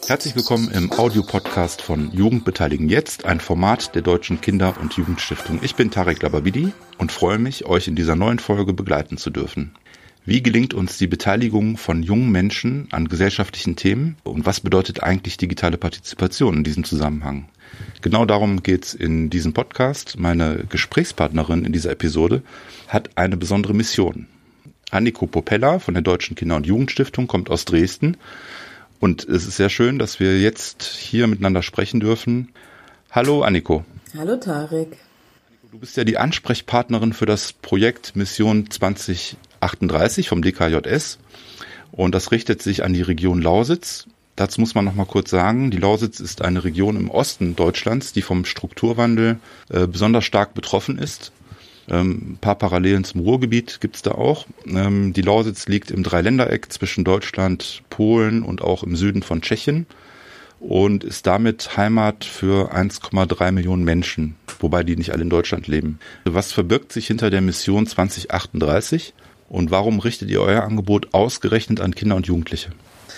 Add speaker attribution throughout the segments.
Speaker 1: Herzlich willkommen im Audiopodcast von Jugendbeteiligen jetzt, ein Format der Deutschen Kinder- und Jugendstiftung. Ich bin Tarek Lababidi und freue mich, euch in dieser neuen Folge begleiten zu dürfen. Wie gelingt uns die Beteiligung von jungen Menschen an gesellschaftlichen Themen und was bedeutet eigentlich digitale Partizipation in diesem Zusammenhang? Genau darum geht's in diesem Podcast. Meine Gesprächspartnerin in dieser Episode hat eine besondere Mission. Anniko Popella von der Deutschen Kinder- und Jugendstiftung kommt aus Dresden. Und es ist sehr schön, dass wir jetzt hier miteinander sprechen dürfen. Hallo Anniko.
Speaker 2: Hallo Tarek.
Speaker 1: Du bist ja die Ansprechpartnerin für das Projekt Mission 2038 vom DKJS. Und das richtet sich an die Region Lausitz. Dazu muss man noch mal kurz sagen, die Lausitz ist eine Region im Osten Deutschlands, die vom Strukturwandel besonders stark betroffen ist. Ein paar Parallelen zum Ruhrgebiet gibt's da auch. Die Lausitz liegt im Dreiländereck zwischen Deutschland, Polen und auch im Süden von Tschechien und ist damit Heimat für 1,3 Millionen Menschen, wobei die nicht alle in Deutschland leben. Was verbirgt sich hinter der Mission 2038 und warum richtet ihr euer Angebot ausgerechnet an Kinder und Jugendliche?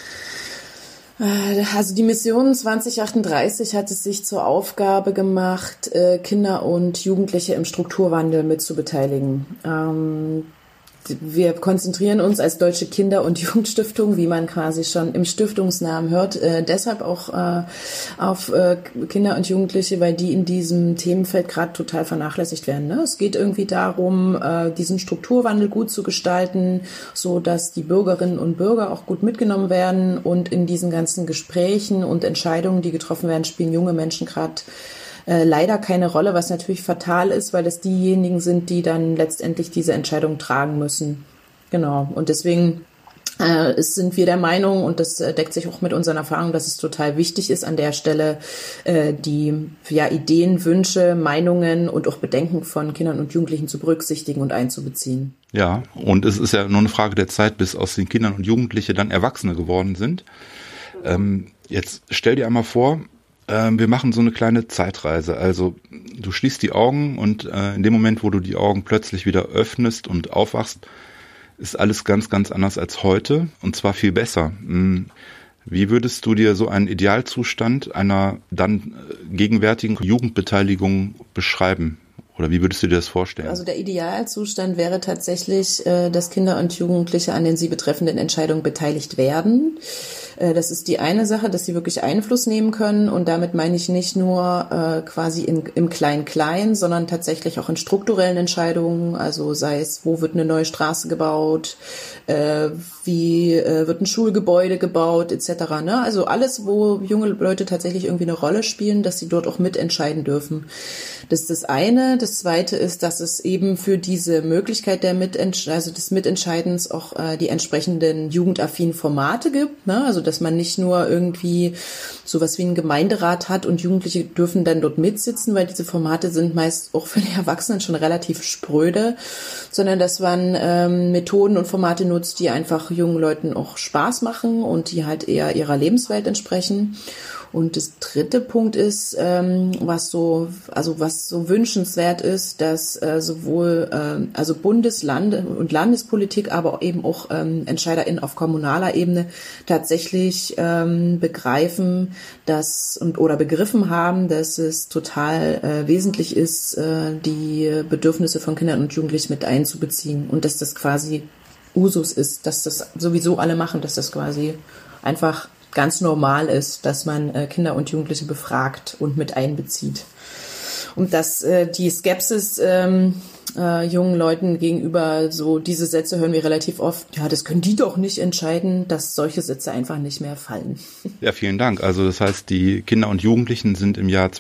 Speaker 2: Also die Mission 2038 hat es sich zur Aufgabe gemacht, Kinder und Jugendliche im Strukturwandel mitzubeteiligen. Wir konzentrieren uns als Deutsche Kinder- und Jugendstiftung, wie man quasi schon im Stiftungsnamen hört, deshalb auch auf Kinder und Jugendliche, weil die in diesem Themenfeld gerade total vernachlässigt werden. Ne? Es geht irgendwie darum, diesen Strukturwandel gut zu gestalten, so dass die Bürgerinnen und Bürger auch gut mitgenommen werden. Und in diesen ganzen Gesprächen und Entscheidungen, die getroffen werden, spielen junge Menschen gerade leider keine Rolle, was natürlich fatal ist, weil es diejenigen sind, die dann letztendlich diese Entscheidung tragen müssen. Genau. Und deswegen sind wir der Meinung, und das deckt sich auch mit unseren Erfahrungen, dass es total wichtig ist, an der Stelle die Ideen, Wünsche, Meinungen und auch Bedenken von Kindern und Jugendlichen zu berücksichtigen und einzubeziehen.
Speaker 1: Ja, und es ist ja nur eine Frage der Zeit, bis aus den Kindern und Jugendlichen dann Erwachsene geworden sind. Jetzt stell dir einmal vor, wir machen so eine kleine Zeitreise. Also du schließt die Augen und in dem Moment, wo du die Augen plötzlich wieder öffnest und aufwachst, ist alles ganz, ganz anders als heute und zwar viel besser. Wie würdest du dir so einen Idealzustand einer dann gegenwärtigen Jugendbeteiligung beschreiben? Oder wie würdest du dir das vorstellen?
Speaker 2: Also der Idealzustand wäre tatsächlich, dass Kinder und Jugendliche an den sie betreffenden Entscheidungen beteiligt werden. Das ist die eine Sache, dass sie wirklich Einfluss nehmen können. Und damit meine ich nicht nur quasi im Klein-Klein, sondern tatsächlich auch in strukturellen Entscheidungen. Also sei es, wo wird eine neue Straße gebaut, wie wird ein Schulgebäude gebaut etc. Ne? Also alles, wo junge Leute tatsächlich irgendwie eine Rolle spielen, dass sie dort auch mitentscheiden dürfen. Das ist das eine. Das zweite ist, dass es eben für diese Möglichkeit des Mitentscheidens auch die entsprechenden jugendaffinen Formate gibt. Ne? Also dass man nicht nur irgendwie sowas wie einen Gemeinderat hat und Jugendliche dürfen dann dort mitsitzen, weil diese Formate sind meist auch für die Erwachsenen schon relativ spröde, sondern dass man Methoden und Formate nutzt, die einfach jungen Leuten auch Spaß machen und die halt eher ihrer Lebenswelt entsprechen. Und das dritte Punkt ist, was so wünschenswert ist, dass sowohl Bundesland und Landespolitik, aber eben auch EntscheiderInnen auf kommunaler Ebene tatsächlich begreifen, oder begriffen haben, dass es total wesentlich ist, die Bedürfnisse von Kindern und Jugendlichen mit einzubeziehen und dass das quasi Usus ist, dass das sowieso alle machen, dass das quasi einfach ganz normal ist, dass man Kinder und Jugendliche befragt und mit einbezieht. Und dass die Skepsis jungen Leuten gegenüber, so diese Sätze hören wir relativ oft, ja, das können die doch nicht entscheiden, dass solche Sätze einfach nicht mehr fallen.
Speaker 1: Ja, vielen Dank. Also das heißt, die Kinder und Jugendlichen sind im Jahr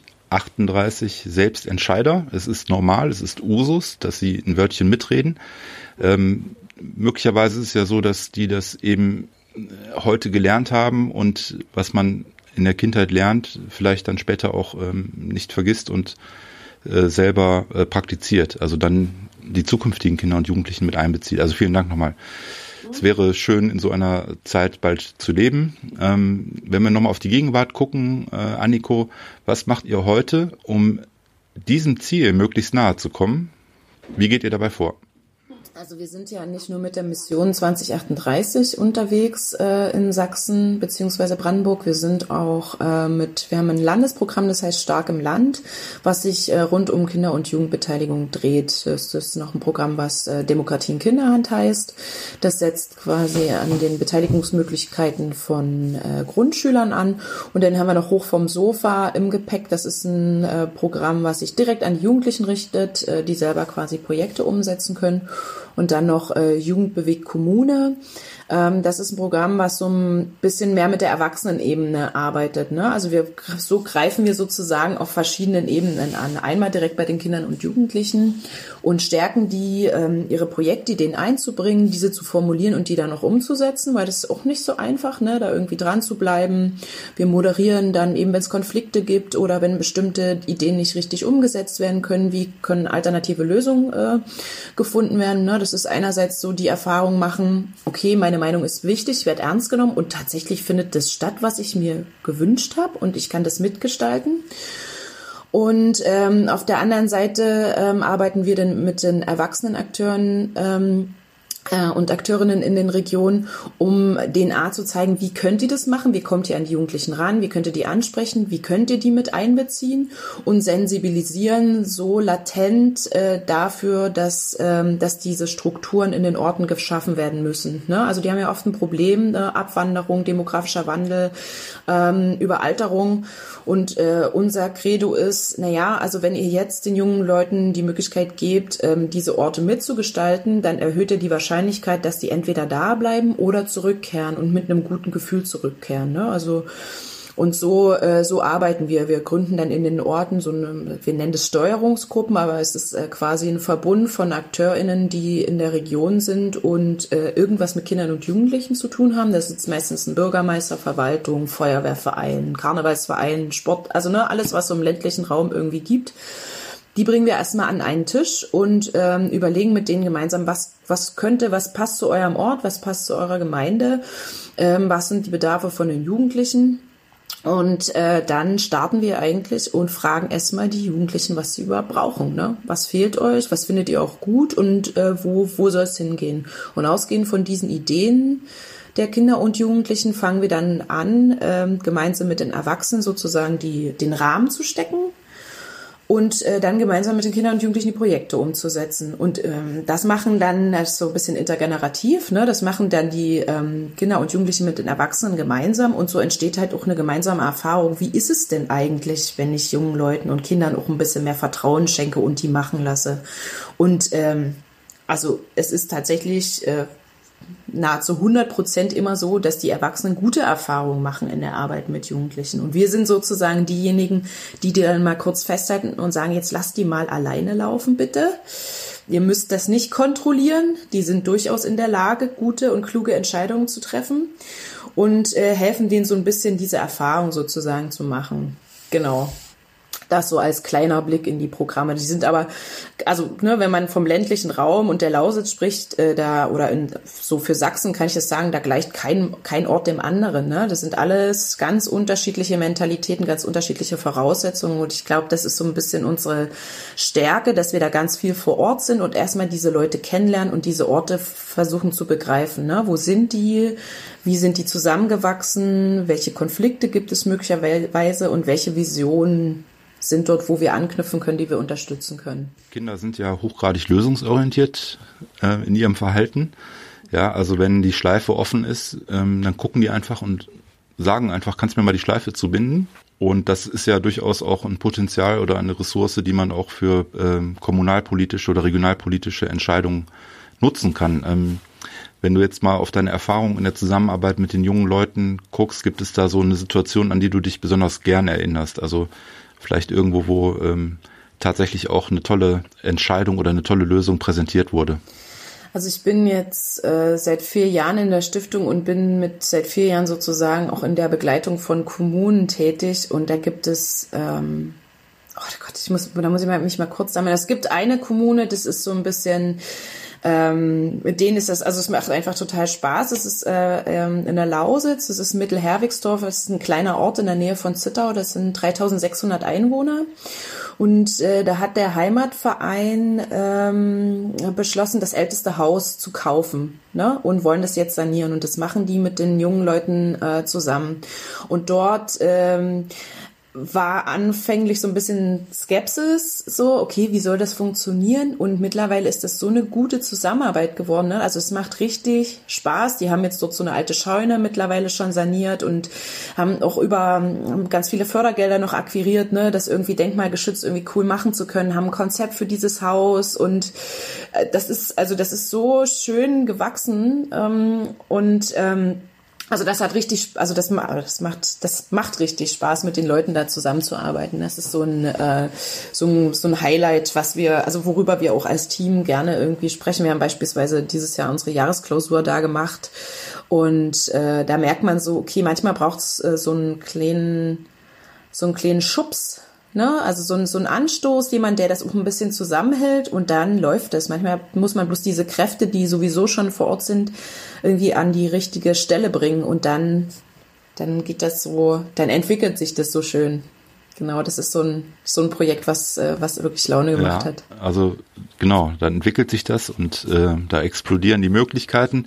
Speaker 1: 2038 selbst Entscheider. Es ist normal, es ist Usus, dass sie ein Wörtchen mitreden. Möglicherweise ist es ja so, dass die das eben heute gelernt haben und was man in der Kindheit lernt, vielleicht dann später auch nicht vergisst und selber praktiziert. Also dann die zukünftigen Kinder und Jugendlichen mit einbezieht. Also vielen Dank nochmal. Es wäre schön, in so einer Zeit bald zu leben. Wenn wir nochmal auf die Gegenwart gucken, Anniko, was macht ihr heute, um diesem Ziel möglichst nahe zu kommen? Wie geht ihr dabei vor?
Speaker 2: Also wir sind ja nicht nur mit der Mission 2038 unterwegs in Sachsen beziehungsweise Brandenburg. Wir sind auch wir haben ein Landesprogramm, das heißt Stark im Land, was sich rund um Kinder- und Jugendbeteiligung dreht. Das ist noch ein Programm, was Demokratie in Kinderhand heißt. Das setzt quasi an den Beteiligungsmöglichkeiten von Grundschülern an. Und dann haben wir noch Hoch vom Sofa im Gepäck. Das ist ein Programm, was sich direkt an die Jugendlichen richtet, die selber quasi Projekte umsetzen können. Und dann noch Jugendbewegt Kommune. Das ist ein Programm, was so ein bisschen mehr mit der Erwachsenenebene arbeitet, ne? Also so greifen wir sozusagen auf verschiedenen Ebenen an. Einmal direkt bei den Kindern und Jugendlichen und stärken die, ihre Projektideen einzubringen, diese zu formulieren und die dann auch umzusetzen, weil das ist auch nicht so einfach, ne, da irgendwie dran zu bleiben. Wir moderieren dann eben, wenn es Konflikte gibt oder wenn bestimmte Ideen nicht richtig umgesetzt werden können, wie können alternative Lösungen gefunden werden, ne? Das ist einerseits so die Erfahrung machen, okay, meine Meinung ist wichtig, ich werde ernst genommen und tatsächlich findet das statt, was ich mir gewünscht habe und ich kann das mitgestalten. Und auf der anderen Seite arbeiten wir dann mit den erwachsenen Akteuren und Akteurinnen in den Regionen, um denen zu zeigen, wie könnt ihr das machen, wie kommt ihr an die Jugendlichen ran, wie könnt ihr die ansprechen, wie könnt ihr die mit einbeziehen und sensibilisieren so latent dafür, dass diese Strukturen in den Orten geschaffen werden müssen. Ne? Also die haben ja oft ein Problem, ne? Abwanderung, demografischer Wandel, Überalterung. Und unser Credo ist, also wenn ihr jetzt den jungen Leuten die Möglichkeit gebt, diese Orte mitzugestalten, dann erhöht ihr die Wahrscheinlichkeit, dass die entweder da bleiben oder zurückkehren und mit einem guten Gefühl zurückkehren. Ne? Also und so arbeiten wir. Wir gründen dann in den Orten wir nennen das Steuerungsgruppen, aber es ist quasi ein Verbund von AkteurInnen, die in der Region sind und irgendwas mit Kindern und Jugendlichen zu tun haben. Das ist meistens ein Bürgermeister, Verwaltung, Feuerwehrverein, Karnevalsverein, Sport, also alles, was so im ländlichen Raum irgendwie gibt. Die bringen wir erstmal an einen Tisch und überlegen mit denen gemeinsam, was passt zu eurem Ort, was passt zu eurer Gemeinde, was sind die Bedarfe von den Jugendlichen. Und dann starten wir eigentlich und fragen erstmal die Jugendlichen, was sie überhaupt brauchen. Ne? Was fehlt euch? Was findet ihr auch gut? Und wo soll es hingehen? Und ausgehend von diesen Ideen der Kinder und Jugendlichen fangen wir dann an, gemeinsam mit den Erwachsenen sozusagen den Rahmen zu stecken. Und dann gemeinsam mit den Kindern und Jugendlichen die Projekte umzusetzen. Und das machen dann, das ist so ein bisschen intergenerativ, ne? Das machen dann die Kinder und Jugendlichen mit den Erwachsenen gemeinsam. Und so entsteht halt auch eine gemeinsame Erfahrung. Wie ist es denn eigentlich, wenn ich jungen Leuten und Kindern auch ein bisschen mehr Vertrauen schenke und die machen lasse? Und also es ist tatsächlich nahezu 100% immer so, dass die Erwachsenen gute Erfahrungen machen in der Arbeit mit Jugendlichen. Und wir sind sozusagen diejenigen, die dann mal kurz festhalten und sagen, jetzt lasst die mal alleine laufen, bitte. Ihr müsst das nicht kontrollieren. Die sind durchaus in der Lage, gute und kluge Entscheidungen zu treffen und helfen denen so ein bisschen diese Erfahrung sozusagen zu machen. Genau. Das so als kleiner Blick in die Programme. Die sind aber, also wenn man vom ländlichen Raum und der Lausitz spricht, so für Sachsen kann ich das sagen, da gleicht kein Ort dem anderen. Ne? Das sind alles ganz unterschiedliche Mentalitäten, ganz unterschiedliche Voraussetzungen. Und ich glaube, das ist so ein bisschen unsere Stärke, dass wir da ganz viel vor Ort sind und erstmal diese Leute kennenlernen und diese Orte versuchen zu begreifen. Ne? Wo sind die? Wie sind die zusammengewachsen? Welche Konflikte gibt es möglicherweise und welche Visionen sind dort, wo wir anknüpfen können, die wir unterstützen können.
Speaker 1: Kinder sind ja hochgradig lösungsorientiert in ihrem Verhalten. Ja, also wenn die Schleife offen ist, dann gucken die einfach und sagen einfach, kannst du mir mal die Schleife zubinden? Und das ist ja durchaus auch ein Potenzial oder eine Ressource, die man auch für kommunalpolitische oder regionalpolitische Entscheidungen nutzen kann. Wenn du jetzt mal auf deine Erfahrung in der Zusammenarbeit mit den jungen Leuten guckst, gibt es da so eine Situation, an die du dich besonders gern erinnerst? Also vielleicht irgendwo, wo tatsächlich auch eine tolle Entscheidung oder eine tolle Lösung präsentiert wurde.
Speaker 2: Also ich bin jetzt seit 4 Jahren in der Stiftung und bin seit 4 Jahren sozusagen auch in der Begleitung von Kommunen tätig. Und da gibt es, da muss ich mich mal kurz sammeln. Es gibt eine Kommune, das ist so ein bisschen, mit denen ist das, also es macht einfach total Spaß. Es ist in der Lausitz, es ist Mittelherwigsdorf, das ist ein kleiner Ort in der Nähe von Zittau, das sind 3600 Einwohner. Und da hat der Heimatverein beschlossen, das älteste Haus zu kaufen, ne? Und wollen das jetzt sanieren. Und das machen die mit den jungen Leuten zusammen. Und dort war anfänglich so ein bisschen Skepsis, so, okay, wie soll das funktionieren? Und mittlerweile ist das so eine gute Zusammenarbeit geworden, ne? Also es macht richtig Spaß. Die haben jetzt dort so eine alte Scheune mittlerweile schon saniert und haben auch über ganz viele Fördergelder noch akquiriert, ne, das irgendwie denkmalgeschützt irgendwie cool machen zu können, haben ein Konzept für dieses Haus und das ist so schön gewachsen also das hat richtig, also das macht richtig Spaß, mit den Leuten da zusammenzuarbeiten. Das ist so ein Highlight, worüber wir auch als Team gerne irgendwie sprechen. Wir haben beispielsweise dieses Jahr unsere Jahresklausur da gemacht und da merkt man so, okay, manchmal braucht es so einen kleinen Schubs. Ne? Also so ein Anstoß, jemand, der das auch ein bisschen zusammenhält und dann läuft es. Manchmal muss man bloß diese Kräfte, die sowieso schon vor Ort sind, irgendwie an die richtige Stelle bringen und dann geht das so, dann entwickelt sich das so schön. Genau, das ist so ein Projekt, was wirklich Laune gemacht hat.
Speaker 1: Also genau, dann entwickelt sich das und da explodieren die Möglichkeiten.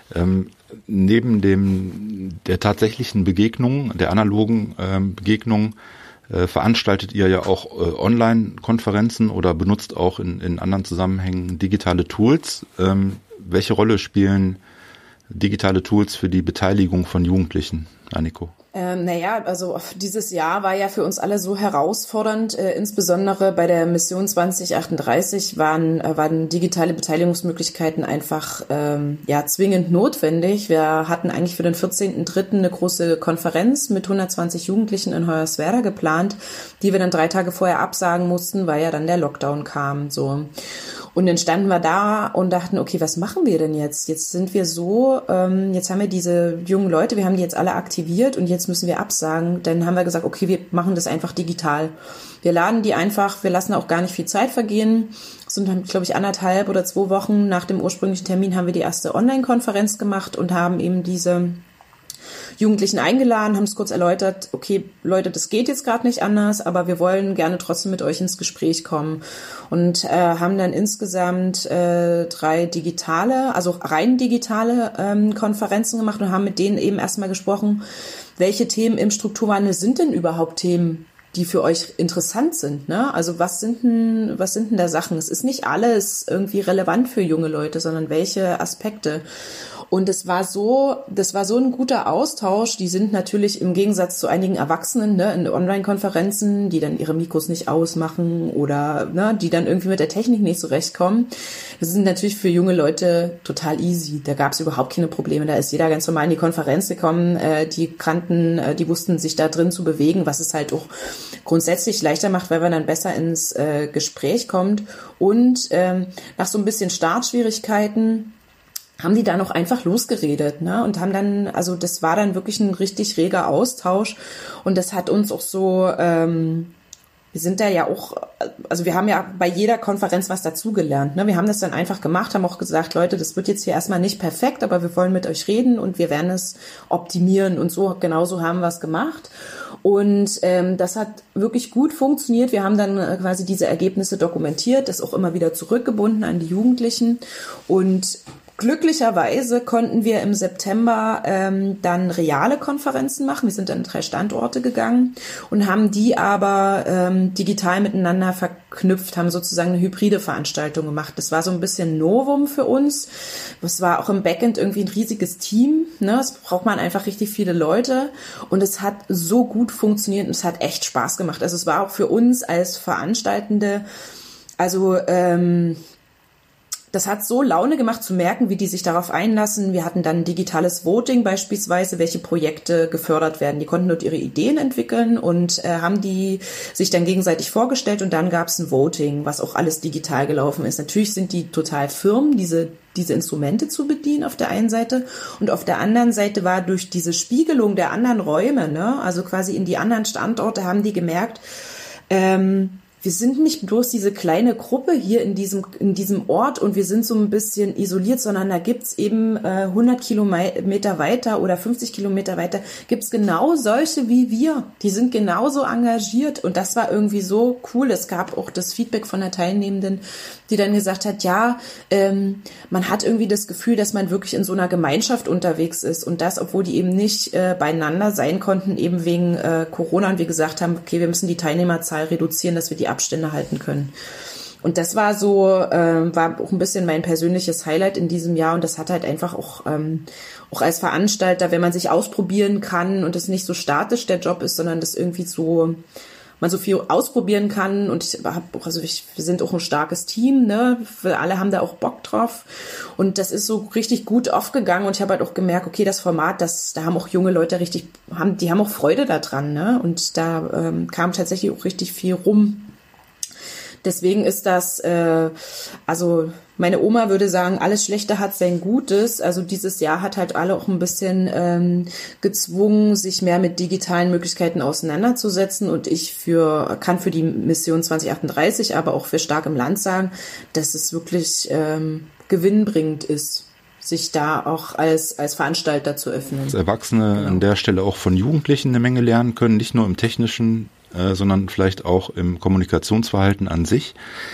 Speaker 1: Neben der tatsächlichen Begegnung, der analogen Begegnung, veranstaltet ihr ja auch Online-Konferenzen oder benutzt auch in anderen Zusammenhängen digitale Tools. Welche Rolle spielen digitale Tools für die Beteiligung von Jugendlichen, Anniko?
Speaker 2: Also dieses Jahr war ja für uns alle so herausfordernd, insbesondere bei der Mission 2038 waren digitale Beteiligungsmöglichkeiten einfach zwingend notwendig. Wir hatten eigentlich für den 14.03. eine große Konferenz mit 120 Jugendlichen in Hoyerswerda geplant, die wir dann 3 Tage vorher absagen mussten, weil ja dann der Lockdown kam. So. Und dann standen wir da und dachten, okay, was machen wir denn jetzt? Jetzt sind wir so, jetzt haben wir diese jungen Leute, wir haben die jetzt alle aktiviert und jetzt müssen wir absagen. Dann haben wir gesagt, okay, wir machen das einfach digital. Wir laden die einfach, wir lassen auch gar nicht viel Zeit vergehen. So, dann, glaube ich, 1,5 oder 2 Wochen nach dem ursprünglichen Termin haben wir die erste Online-Konferenz gemacht und haben eben diese Jugendlichen eingeladen, haben es kurz erläutert, okay, Leute, das geht jetzt gerade nicht anders, aber wir wollen gerne trotzdem mit euch ins Gespräch kommen und haben dann insgesamt 3 digitale, also rein digitale Konferenzen gemacht und haben mit denen eben erstmal gesprochen, welche Themen im Strukturwandel sind denn überhaupt Themen, die für euch interessant sind, ne? Also was sind denn da Sachen? Es ist nicht alles irgendwie relevant für junge Leute, sondern welche Aspekte. Und das war so ein guter Austausch. Die sind natürlich im Gegensatz zu einigen Erwachsenen, ne, in Online-Konferenzen, die dann ihre Mikros nicht ausmachen oder ne, die dann irgendwie mit der Technik nicht zurechtkommen. Das sind natürlich für junge Leute total easy. Da gab es überhaupt keine Probleme. Da ist jeder ganz normal in die Konferenz gekommen. Die wussten sich da drin zu bewegen, was es halt auch grundsätzlich leichter macht, weil man dann besser ins Gespräch kommt. Und nach so ein bisschen Startschwierigkeiten haben die da noch einfach losgeredet, ne? Und haben dann, also das war dann wirklich ein richtig reger Austausch und das hat uns auch so, wir sind da ja auch, also wir haben ja bei jeder Konferenz was dazugelernt, ne? Wir haben das dann einfach gemacht, haben auch gesagt, Leute, das wird jetzt hier erstmal nicht perfekt, aber wir wollen mit euch reden und wir werden es optimieren und so, genauso haben wir es gemacht. Und das hat wirklich gut funktioniert. Wir haben dann quasi diese Ergebnisse dokumentiert, das auch immer wieder zurückgebunden an die Jugendlichen und glücklicherweise konnten wir im September dann reale Konferenzen machen. Wir sind an 3 Standorte gegangen und haben die aber digital miteinander verknüpft, haben sozusagen eine hybride Veranstaltung gemacht. Das war so ein bisschen Novum für uns. Das war auch im Backend irgendwie ein riesiges Team, ne? Es braucht man einfach richtig viele Leute und es hat so gut funktioniert und es hat echt Spaß gemacht. Also es war auch für uns als Veranstaltende, also das hat so Laune gemacht zu merken, wie die sich darauf einlassen. Wir hatten dann digitales Voting beispielsweise, welche Projekte gefördert werden. Die konnten dort ihre Ideen entwickeln und haben die sich dann gegenseitig vorgestellt und dann gab es ein Voting, was auch alles digital gelaufen ist. Natürlich sind die total firm, diese Instrumente zu bedienen auf der einen Seite und auf der anderen Seite war durch diese Spiegelung der anderen Räume, ne, also quasi in die anderen Standorte haben die gemerkt, wir sind nicht bloß diese kleine Gruppe hier in diesem Ort und wir sind so ein bisschen isoliert, sondern da gibt's eben 100 Kilometer weiter oder 50 Kilometer weiter gibt's genau solche wie wir. Die sind genauso engagiert und das war irgendwie so cool. Es gab auch das Feedback von der Teilnehmenden, die dann gesagt hat, ja, man hat irgendwie das Gefühl, dass man wirklich in so einer Gemeinschaft unterwegs ist und das, obwohl die eben nicht beieinander sein konnten, eben wegen Corona und wir gesagt haben, okay, wir müssen die Teilnehmerzahl reduzieren, dass wir die Abstände halten können. Und das war so, war auch ein bisschen mein persönliches Highlight in diesem Jahr und das hat halt einfach auch als Veranstalter, wenn man sich ausprobieren kann und es nicht so statisch der Job ist, sondern das irgendwie so, man so viel ausprobieren kann und wir sind auch ein starkes Team, ne? Alle haben da auch Bock drauf und das ist so richtig gut aufgegangen und ich habe halt auch gemerkt, okay, das Format, da haben auch junge Leute die haben auch Freude daran, ne? Und da kam tatsächlich auch richtig viel rum. Deswegen ist das, also meine Oma würde sagen, alles Schlechte hat sein Gutes. Also dieses Jahr hat halt alle auch ein bisschen gezwungen, sich mehr mit digitalen Möglichkeiten auseinanderzusetzen. Und ich kann für die Mission 2038, aber auch für Stark im Land sagen, dass es wirklich gewinnbringend ist, sich da auch als Veranstalter zu öffnen.
Speaker 1: Dass Erwachsene an der Stelle auch von Jugendlichen eine Menge lernen können, nicht nur im technischen, sondern vielleicht auch im Kommunikationsverhalten an sich.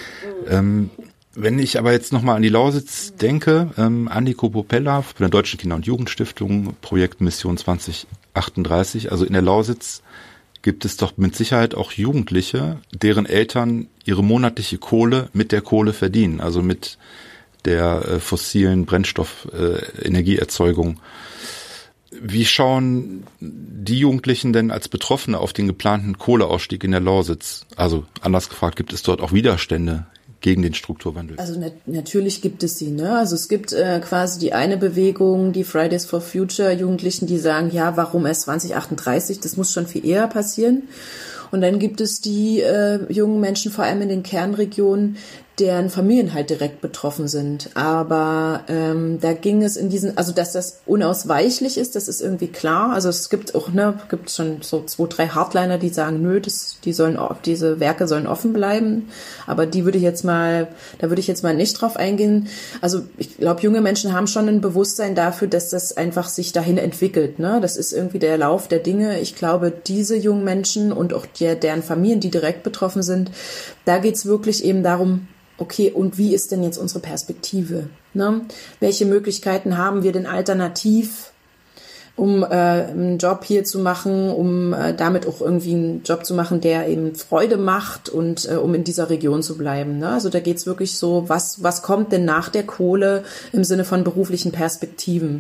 Speaker 1: Wenn ich aber jetzt nochmal an die Lausitz denke, Anniko Popella von der Deutschen Kinder- und Jugendstiftung, Projekt Mission 2038, also in der Lausitz gibt es doch mit Sicherheit auch Jugendliche, deren Eltern ihre monatliche Kohle mit der Kohle verdienen, also mit der fossilen Brennstoff-Energieerzeugung. Wie schauen die Jugendlichen denn als Betroffene auf den geplanten Kohleausstieg in der Lausitz? Also anders gefragt, gibt es dort auch Widerstände gegen den Strukturwandel?
Speaker 2: Also natürlich gibt es sie, ne? Also es gibt quasi die eine Bewegung, die Fridays for Future Jugendlichen, die sagen, ja, warum erst 2038? Das muss schon viel eher passieren. Und dann gibt es die jungen Menschen, vor allem in den Kernregionen, deren Familien halt direkt betroffen sind. Aber da ging es also dass das unausweichlich ist, das ist irgendwie klar. Also es gibt auch, gibt schon so 2, 3 Hardliner, die sagen, nö, diese Werke sollen offen bleiben. Aber da würde ich jetzt mal nicht drauf eingehen. Also ich glaube, junge Menschen haben schon ein Bewusstsein dafür, dass das einfach sich dahin entwickelt, ne? Das ist irgendwie der Lauf der Dinge. Ich glaube, diese jungen Menschen und auch deren Familien, die direkt betroffen sind, da geht's wirklich eben darum, okay, und wie ist denn jetzt unsere Perspektive? Ne? Welche Möglichkeiten haben wir denn alternativ, um einen Job hier zu machen, um damit auch irgendwie einen Job zu machen, der eben Freude macht und um in dieser Region zu bleiben? Ne? Also da geht's wirklich so, was kommt denn nach der Kohle im Sinne von beruflichen Perspektiven?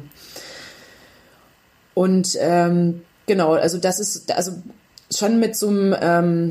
Speaker 2: Und genau, also das ist also schon mit so einem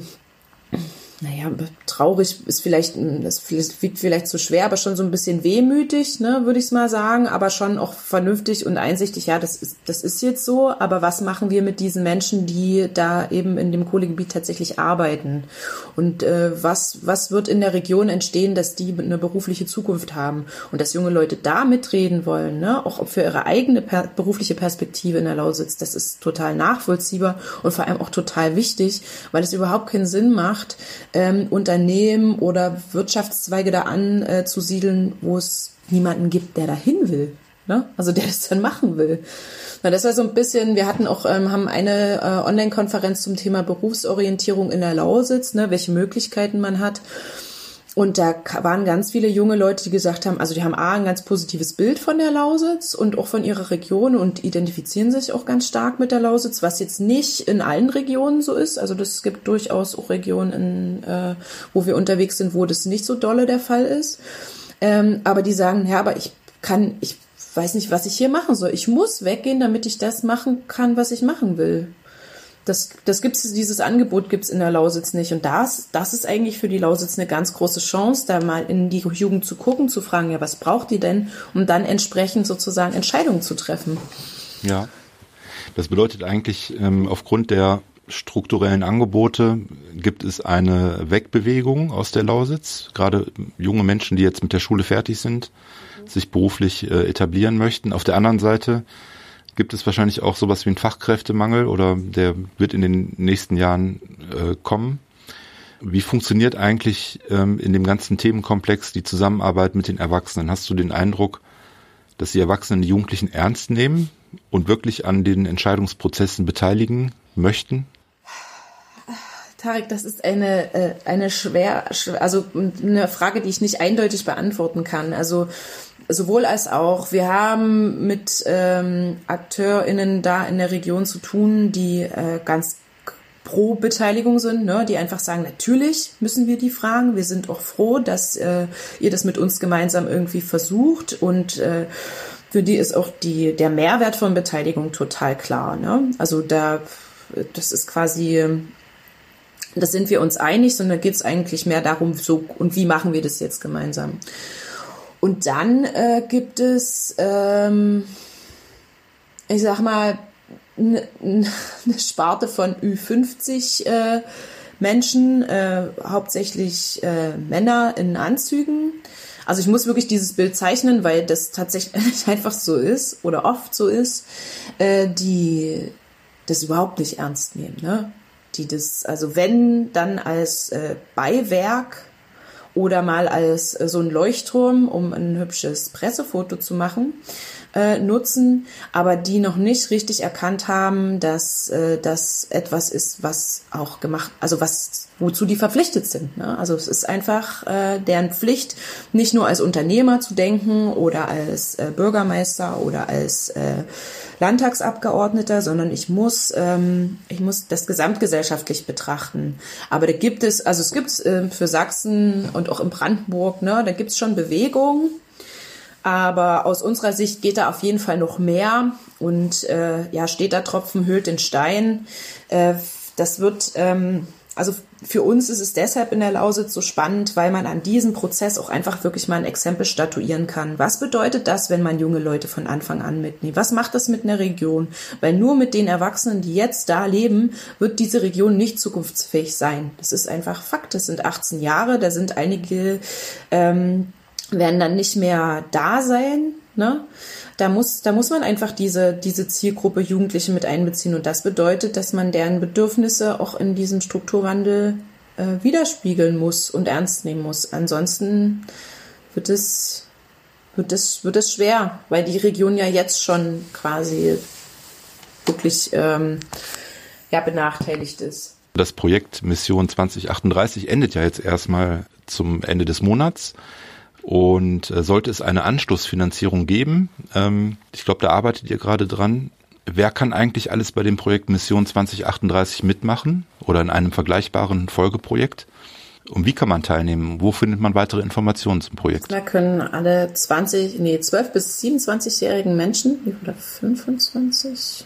Speaker 2: traurig das wiegt vielleicht zu schwer, aber schon so ein bisschen wehmütig, ne, würde ich es mal sagen, aber schon auch vernünftig und einsichtig, ja, das ist jetzt so, aber was machen wir mit diesen Menschen, die da eben in dem Kohlegebiet tatsächlich arbeiten? Und was wird in der Region entstehen, dass die eine berufliche Zukunft haben und dass junge Leute da mitreden wollen, ne, auch für ihre eigene berufliche Perspektive in der Lausitz, das ist total nachvollziehbar und vor allem auch total wichtig, weil es überhaupt keinen Sinn macht, Unternehmen oder Wirtschaftszweige da anzusiedeln, wo es niemanden gibt, der da hin will, ne? Also der das dann machen will. Na, das war so ein bisschen, wir hatten auch, haben eine Online-Konferenz zum Thema Berufsorientierung in der Lausitz, ne, welche Möglichkeiten man hat. Und da waren ganz viele junge Leute, die gesagt haben, also die haben ein ganz positives Bild von der Lausitz und auch von ihrer Region und identifizieren sich auch ganz stark mit der Lausitz, was jetzt nicht in allen Regionen so ist. Also das gibt durchaus auch Regionen, wo wir unterwegs sind, wo das nicht so dolle der Fall ist. Aber die sagen, ja, aber ich weiß nicht, was ich hier machen soll. Ich muss weggehen, damit ich das machen kann, was ich machen will. Dieses Angebot gibt's in der Lausitz nicht. Und das ist eigentlich für die Lausitz eine ganz große Chance, da mal in die Jugend zu gucken, zu fragen, ja, was braucht die denn, um dann entsprechend sozusagen Entscheidungen zu treffen.
Speaker 1: Ja, das bedeutet eigentlich, aufgrund der strukturellen Angebote gibt es eine Wegbewegung aus der Lausitz. Gerade junge Menschen, die jetzt mit der Schule fertig sind, sich beruflich etablieren möchten. Auf der anderen Seite gibt es wahrscheinlich auch sowas wie einen Fachkräftemangel oder der wird in den nächsten Jahren kommen. Wie funktioniert eigentlich in dem ganzen Themenkomplex die Zusammenarbeit mit den Erwachsenen? Hast du den Eindruck, dass die Erwachsenen die Jugendlichen ernst nehmen und wirklich an den Entscheidungsprozessen beteiligen möchten?
Speaker 2: Tarek, das ist eine also eine Frage, die ich nicht eindeutig beantworten kann. Also sowohl als auch. Wir haben mit AkteurInnen da in der Region zu tun, die ganz pro Beteiligung sind, ne, die einfach sagen, natürlich müssen wir die fragen. Wir sind auch froh, dass ihr das mit uns gemeinsam irgendwie versucht, und für die ist auch der Mehrwert von Beteiligung total klar. Ne? Also das ist quasi, das sind wir uns einig, sondern geht es eigentlich mehr darum, so und wie machen wir das jetzt gemeinsam. Und dann gibt es, ich sag mal, eine Sparte von Ü50 Menschen, hauptsächlich Männer in Anzügen. Also ich muss wirklich dieses Bild zeichnen, weil das tatsächlich einfach so ist oder oft so ist, die das überhaupt nicht ernst nehmen, ne? Die das, also wenn, dann als Beiwerk oder mal als so ein Leuchtturm, um ein hübsches Pressefoto zu machen, nutzen, aber die noch nicht richtig erkannt haben, dass das etwas ist, was auch gemacht, also wozu die verpflichtet sind. Ne? Also es ist einfach deren Pflicht, nicht nur als Unternehmer zu denken oder als Bürgermeister oder als Landtagsabgeordneter, sondern ich muss das gesamtgesellschaftlich betrachten. Aber da gibt es für Sachsen und auch in Brandenburg, ne, da gibt es schon Bewegung. Aber aus unserer Sicht geht da auf jeden Fall noch mehr, und steht da Tropfen höhlt den Stein. Das wird, also für uns ist es deshalb in der Lausitz so spannend, weil man an diesem Prozess auch einfach wirklich mal ein Exempel statuieren kann. Was bedeutet das, wenn man junge Leute von Anfang an mitnimmt? Was macht das mit einer Region? Weil nur mit den Erwachsenen, die jetzt da leben, wird diese Region nicht zukunftsfähig sein. Das ist einfach Fakt. Das sind 18 Jahre, da sind einige werden dann nicht mehr da sein, ne? Da muss man einfach diese Zielgruppe Jugendliche mit einbeziehen, und das bedeutet, dass man deren Bedürfnisse auch in diesem Strukturwandel widerspiegeln muss und ernst nehmen muss. Ansonsten wird es schwer, weil die Region ja jetzt schon quasi wirklich benachteiligt ist.
Speaker 1: Das Projekt Mission 2038 endet ja jetzt erstmal zum Ende des Monats. Und sollte es eine Anschlussfinanzierung geben, ich glaube, da arbeitet ihr gerade dran. Wer kann eigentlich alles bei dem Projekt Mission 2038 mitmachen oder in einem vergleichbaren Folgeprojekt? Und wie kann man teilnehmen? Wo findet man weitere Informationen zum Projekt?
Speaker 2: Da können alle 12 bis 27-jährigen Menschen, oder 25,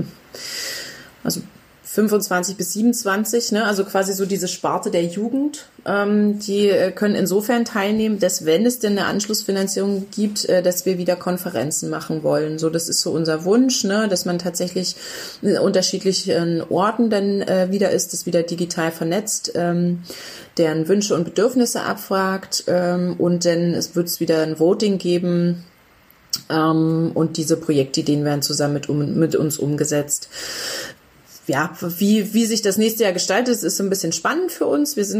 Speaker 2: also 25 bis 27, ne, also quasi so diese Sparte der Jugend, die können insofern teilnehmen, dass, wenn es denn eine Anschlussfinanzierung gibt, dass wir wieder Konferenzen machen wollen. So, das ist so unser Wunsch, ne, dass man tatsächlich in unterschiedlichen Orten dann wieder ist, das wieder digital vernetzt, deren Wünsche und Bedürfnisse abfragt, und dann wird es wieder ein Voting geben, und diese Projektideen werden zusammen mit uns umgesetzt. Ja, wie sich das nächste Jahr gestaltet, ist so ein bisschen spannend für uns. Wir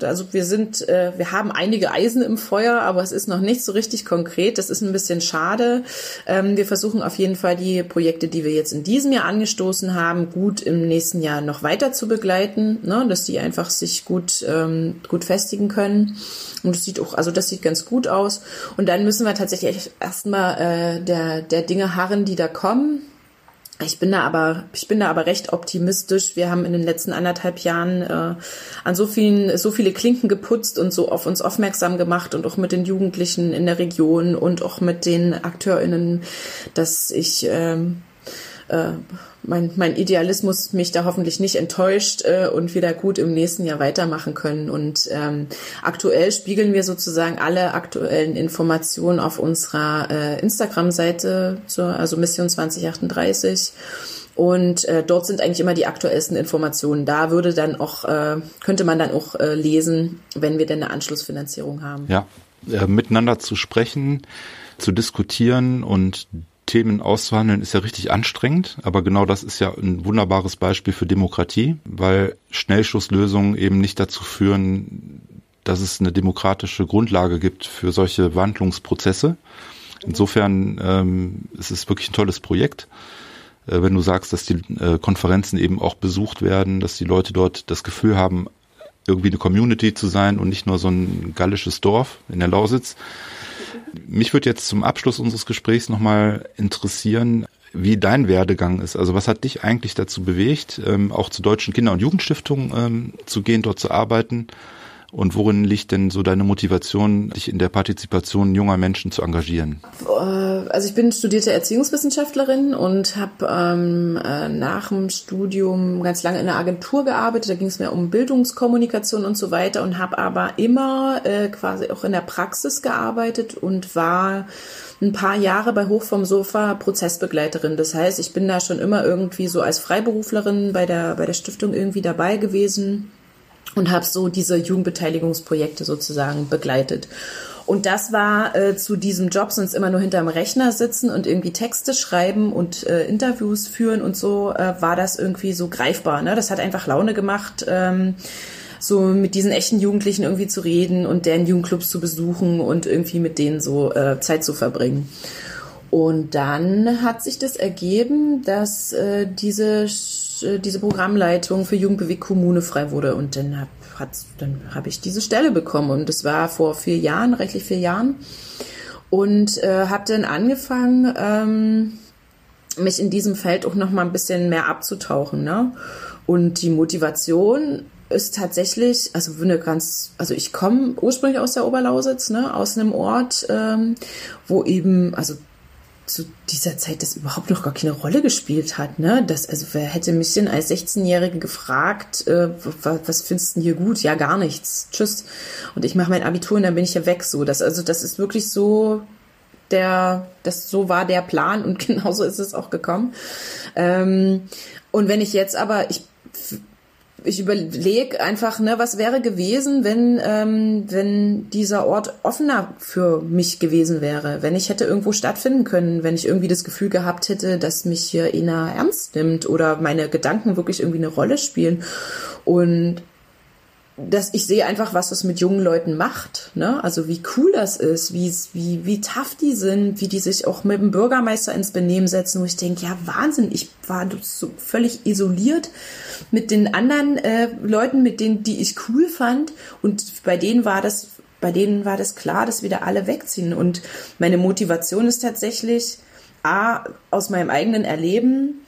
Speaker 2: haben einige Eisen im Feuer, aber es ist noch nicht so richtig konkret. Das ist ein bisschen schade. Wir versuchen auf jeden Fall, die Projekte, die wir jetzt in diesem Jahr angestoßen haben, gut im nächsten Jahr noch weiter zu begleiten, ne, dass die einfach sich gut festigen können. Und das sieht ganz gut aus. Und dann müssen wir tatsächlich erstmal der Dinge harren, die da kommen. Ich bin da aber recht optimistisch. Wir haben in den letzten 1,5 Jahren an so viele Klinken geputzt und so auf uns aufmerksam gemacht, und auch mit den Jugendlichen in der Region und auch mit den AkteurInnen, dass ich mein Idealismus mich da hoffentlich nicht enttäuscht und wir da gut im nächsten Jahr weitermachen können. Und aktuell spiegeln wir sozusagen alle aktuellen Informationen auf unserer Instagram-Seite, also Mission 2038. Und dort sind eigentlich immer die aktuellsten Informationen. Da könnte man dann auch lesen, wenn wir denn eine Anschlussfinanzierung haben.
Speaker 1: Ja, miteinander zu sprechen, zu diskutieren und Themen auszuhandeln, ist ja richtig anstrengend, aber genau das ist ja ein wunderbares Beispiel für Demokratie, weil Schnellschusslösungen eben nicht dazu führen, dass es eine demokratische Grundlage gibt für solche Wandlungsprozesse. Insofern ist es wirklich ein tolles Projekt. Wenn du sagst, dass die Konferenzen eben auch besucht werden, dass die Leute dort das Gefühl haben, irgendwie eine Community zu sein und nicht nur so ein gallisches Dorf in der Lausitz. Mich würde jetzt zum Abschluss unseres Gesprächs nochmal interessieren, wie dein Werdegang ist. Also was hat dich eigentlich dazu bewegt, auch zur Deutschen Kinder- und Jugendstiftung zu gehen, dort zu arbeiten? Und worin liegt denn so deine Motivation, dich in der Partizipation junger Menschen zu engagieren?
Speaker 2: Also ich bin studierte Erziehungswissenschaftlerin und habe nach dem Studium ganz lange in einer Agentur gearbeitet. Da ging es mir um Bildungskommunikation und so weiter und habe aber immer quasi auch in der Praxis gearbeitet und war ein paar Jahre bei Hoch vom Sofa Prozessbegleiterin. Das heißt, ich bin da schon immer irgendwie so als Freiberuflerin bei der Stiftung irgendwie dabei gewesen und habe so diese Jugendbeteiligungsprojekte sozusagen begleitet. Und das war zu diesem Job, sonst immer nur hinterm Rechner sitzen und irgendwie Texte schreiben und Interviews führen und so, war das irgendwie so greifbar. Ne? Das hat einfach Laune gemacht, so mit diesen echten Jugendlichen irgendwie zu reden und deren Jugendclubs zu besuchen und irgendwie mit denen so Zeit zu verbringen. Und dann hat sich das ergeben, dass diese Programmleitung für Jugendbewegt Kommune frei wurde und dann habe ich diese Stelle bekommen und das war vor 4 Jahren, rechtlich 4 Jahren und habe dann angefangen, mich in diesem Feld auch noch mal ein bisschen mehr abzutauchen, ne? Und die Motivation ist tatsächlich, also ich komme ursprünglich aus der Oberlausitz, ne, aus einem Ort, wo eben, also zu dieser Zeit das überhaupt noch gar keine Rolle gespielt hat, ne? Also wer hätte mich denn als 16-Jährige gefragt, was findest du denn hier gut? Ja, gar nichts. Tschüss. Und ich mache mein Abitur und dann bin ich ja weg. So, das ist wirklich so so war der Plan und genauso ist es auch gekommen. Und wenn ich jetzt aber, ich überlege einfach, ne, was wäre gewesen, wenn dieser Ort offener für mich gewesen wäre, wenn ich hätte irgendwo stattfinden können, wenn ich irgendwie das Gefühl gehabt hätte, dass mich hier einer ernst nimmt oder meine Gedanken wirklich irgendwie eine Rolle spielen und dass ich sehe einfach, was das mit jungen Leuten macht, ne? Also wie cool das ist, wie tough die sind, wie die sich auch mit dem Bürgermeister ins Benehmen setzen, wo ich denke, ja Wahnsinn, ich war so völlig isoliert mit den anderen Leuten, mit denen, die ich cool fand und bei denen war das klar, dass wir da alle wegziehen und meine Motivation ist tatsächlich aus meinem eigenen Erleben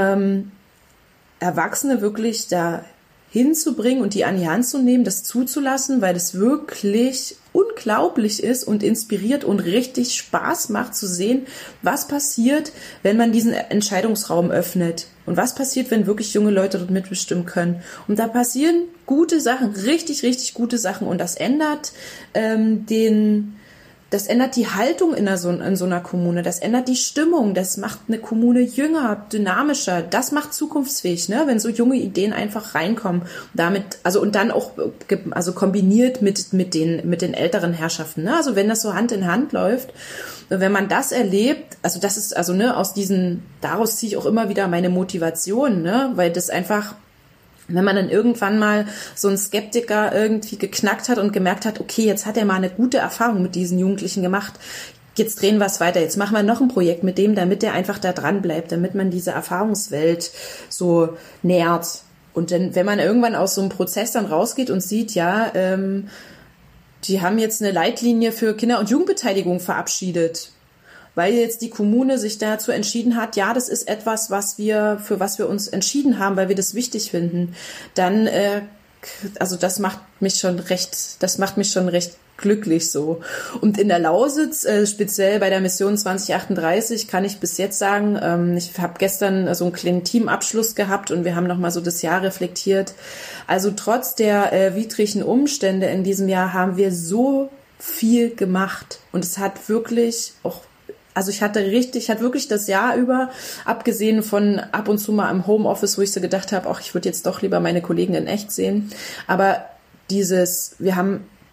Speaker 2: Erwachsene wirklich da hinzubringen und die an die Hand zu nehmen, das zuzulassen, weil es wirklich unglaublich ist und inspiriert und richtig Spaß macht zu sehen, was passiert, wenn man diesen Entscheidungsraum öffnet und was passiert, wenn wirklich junge Leute dort mitbestimmen können. Und da passieren gute Sachen, richtig, richtig gute Sachen und das ändert das ändert die Haltung in so einer Kommune, das ändert die Stimmung, das macht eine Kommune jünger, dynamischer, das macht zukunftsfähig, ne? Wenn so junge Ideen einfach reinkommen, damit, also und dann auch, also kombiniert mit den älteren Herrschaften, ne? Also wenn das so Hand in Hand läuft, wenn man das erlebt, also das ist, also ne, daraus ziehe ich auch immer wieder meine Motivation, ne? Weil das einfach, wenn man dann irgendwann mal so einen Skeptiker irgendwie geknackt hat und gemerkt hat, okay, jetzt hat er mal eine gute Erfahrung mit diesen Jugendlichen gemacht, jetzt drehen wir es weiter, jetzt machen wir noch ein Projekt mit dem, damit der einfach da dran bleibt, damit man diese Erfahrungswelt so nährt. Und dann, wenn man irgendwann aus so einem Prozess dann rausgeht und sieht, ja, die haben jetzt eine Leitlinie für Kinder- und Jugendbeteiligung verabschiedet, weil jetzt die Kommune sich dazu entschieden hat, ja, das ist etwas, für was wir uns entschieden haben, weil wir das wichtig finden, dann, also das macht mich schon recht glücklich so. Und in der Lausitz, speziell bei der Mission 2038, kann ich bis jetzt sagen, ich habe gestern so einen kleinen Teamabschluss gehabt und wir haben nochmal so das Jahr reflektiert. Also trotz der widrigen Umstände in diesem Jahr haben wir so viel gemacht und es hat wirklich auch, also ich hatte wirklich das Jahr über, abgesehen von ab und zu mal im Homeoffice, wo ich so gedacht habe, ach, ich würde jetzt doch lieber meine Kollegen in echt sehen. Aber wir haben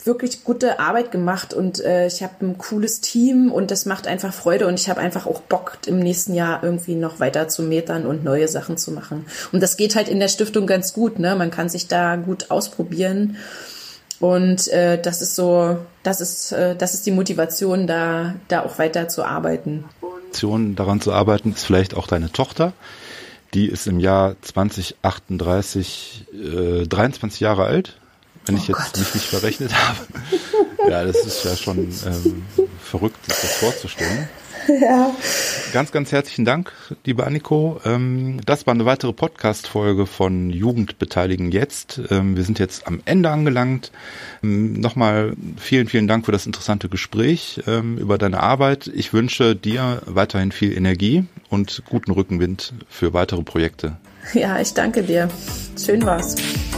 Speaker 2: wirklich gute Arbeit gemacht und ich habe ein cooles Team und das macht einfach Freude und ich habe einfach auch Bock, im nächsten Jahr irgendwie noch weiter zu metern und neue Sachen zu machen. Und das geht halt in der Stiftung ganz gut, ne? Man kann sich da gut ausprobieren und das ist die Motivation, da auch weiter zu arbeiten.
Speaker 1: Daran zu arbeiten ist vielleicht auch deine Tochter. Die ist im Jahr 2038 23 Jahre alt, wenn ich jetzt mich nicht verrechnet habe. Ja, das ist ja schon verrückt, sich das vorzustellen. Ja. Ganz, ganz herzlichen Dank, liebe Anniko. Das war eine weitere Podcast-Folge von Jugend beteiligen jetzt. Wir sind jetzt am Ende angelangt. Nochmal vielen, vielen Dank für das interessante Gespräch über deine Arbeit. Ich wünsche dir weiterhin viel Energie und guten Rückenwind für weitere Projekte.
Speaker 2: Ja, ich danke dir. Schön war's.